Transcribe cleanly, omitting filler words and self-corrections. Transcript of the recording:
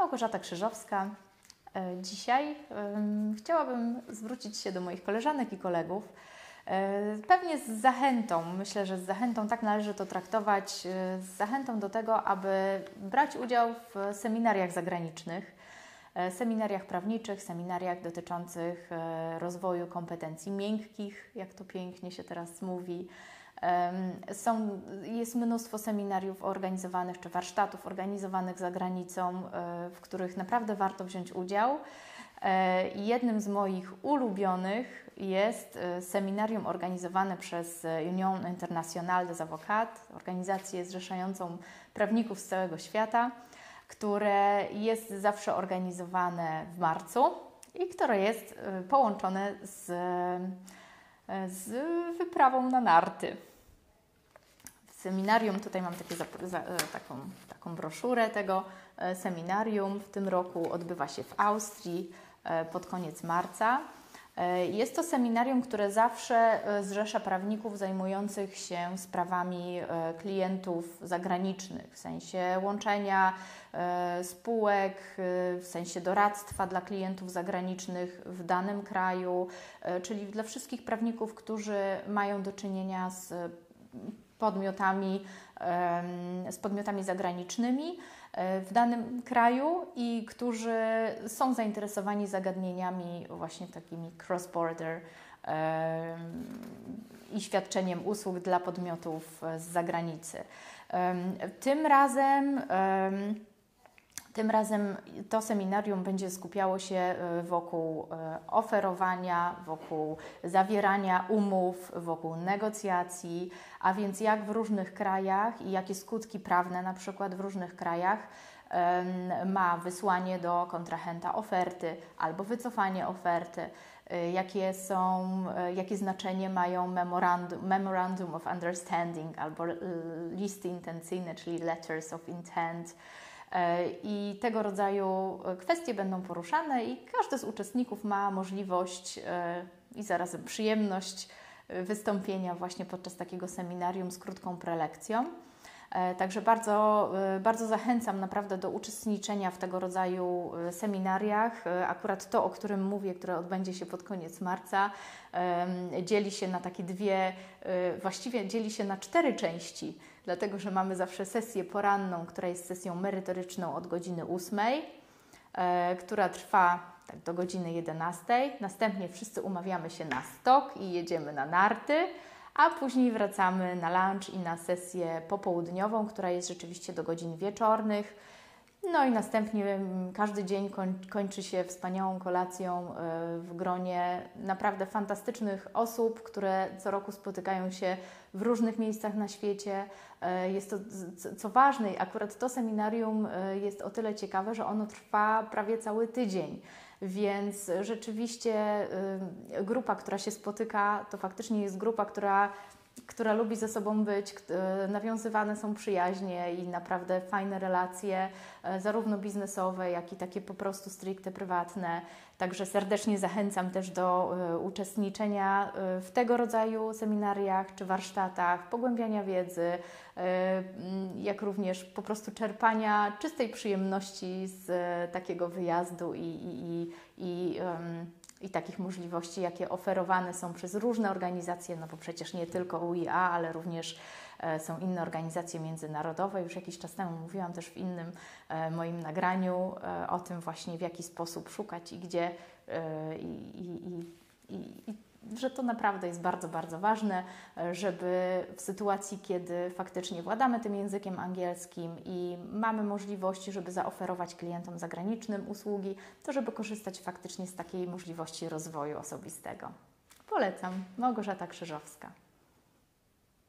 Małgorzata Krzyżowska. Dzisiaj chciałabym zwrócić się do moich koleżanek i kolegów. Pewnie z zachętą, myślę, że z zachętą, tak należy to traktować, z zachętą do tego, aby brać udział w seminariach zagranicznych, seminariach prawniczych, seminariach dotyczących rozwoju kompetencji miękkich, jak to pięknie się teraz mówi. Jest mnóstwo seminariów organizowanych czy warsztatów organizowanych za granicą, w których naprawdę warto wziąć udział. Jednym z moich ulubionych jest seminarium organizowane przez Union Internationale des Avocats, organizację zrzeszającą prawników z całego świata, które jest zawsze organizowane w marcu i które jest połączone z wyprawą na narty. W seminarium, tutaj mam taką broszurę tego seminarium. W tym roku odbywa się w Austrii pod koniec marca. Jest to seminarium, które zawsze zrzesza prawników zajmujących się sprawami klientów zagranicznych, w sensie łączenia spółek, w sensie doradztwa dla klientów zagranicznych w danym kraju, czyli dla wszystkich prawników, którzy mają do czynienia z podmiotami zagranicznymi w danym kraju i którzy są zainteresowani zagadnieniami właśnie takimi cross-border i świadczeniem usług dla podmiotów z zagranicy. Tym razem to seminarium będzie skupiało się wokół oferowania, wokół zawierania umów, wokół negocjacji, a więc jak w różnych krajach i jakie skutki prawne na przykład w różnych krajach ma wysłanie do kontrahenta oferty albo wycofanie oferty, jakie znaczenie mają Memorandum of Understanding albo listy intencyjne, czyli Letters of Intent. I tego rodzaju kwestie będą poruszane i każdy z uczestników ma możliwość i zarazem przyjemność wystąpienia właśnie podczas takiego seminarium z krótką prelekcją. Także bardzo zachęcam naprawdę do uczestniczenia w tego rodzaju seminariach. Akurat to, o którym mówię, które odbędzie się pod koniec marca, dzieli się na takie właściwie dzieli się na 4 części, dlatego że mamy zawsze sesję poranną, która jest sesją merytoryczną od godziny 8, która trwa do godziny 11. Następnie wszyscy umawiamy się na stok i jedziemy na narty, a później wracamy na lunch i na sesję popołudniową, która jest rzeczywiście do godzin wieczornych. No i następnie każdy dzień kończy się wspaniałą kolacją w gronie naprawdę fantastycznych osób, które co roku spotykają się w różnych miejscach na świecie. Jest to, co ważne, akurat to seminarium jest o tyle ciekawe, że ono trwa prawie cały tydzień. Więc rzeczywiście grupa, która się spotyka, to faktycznie jest grupa, która lubi ze sobą być, nawiązywane są przyjaźnie i naprawdę fajne relacje, zarówno biznesowe, jak i takie po prostu stricte prywatne. Także serdecznie zachęcam też do uczestniczenia w tego rodzaju seminariach czy warsztatach, pogłębiania wiedzy, jak również po prostu czerpania czystej przyjemności z takiego wyjazdu i takich możliwości, jakie oferowane są przez różne organizacje, no bo przecież nie tylko UIA, ale również są inne organizacje międzynarodowe. Już jakiś czas temu mówiłam też w innym moim nagraniu o tym właśnie, w jaki sposób szukać i gdzie że to naprawdę jest bardzo, bardzo ważne, żeby w sytuacji, kiedy faktycznie władamy tym językiem angielskim i mamy możliwości, żeby zaoferować klientom zagranicznym usługi, to żeby korzystać faktycznie z takiej możliwości rozwoju osobistego. Polecam. Małgorzata Krzyżowska.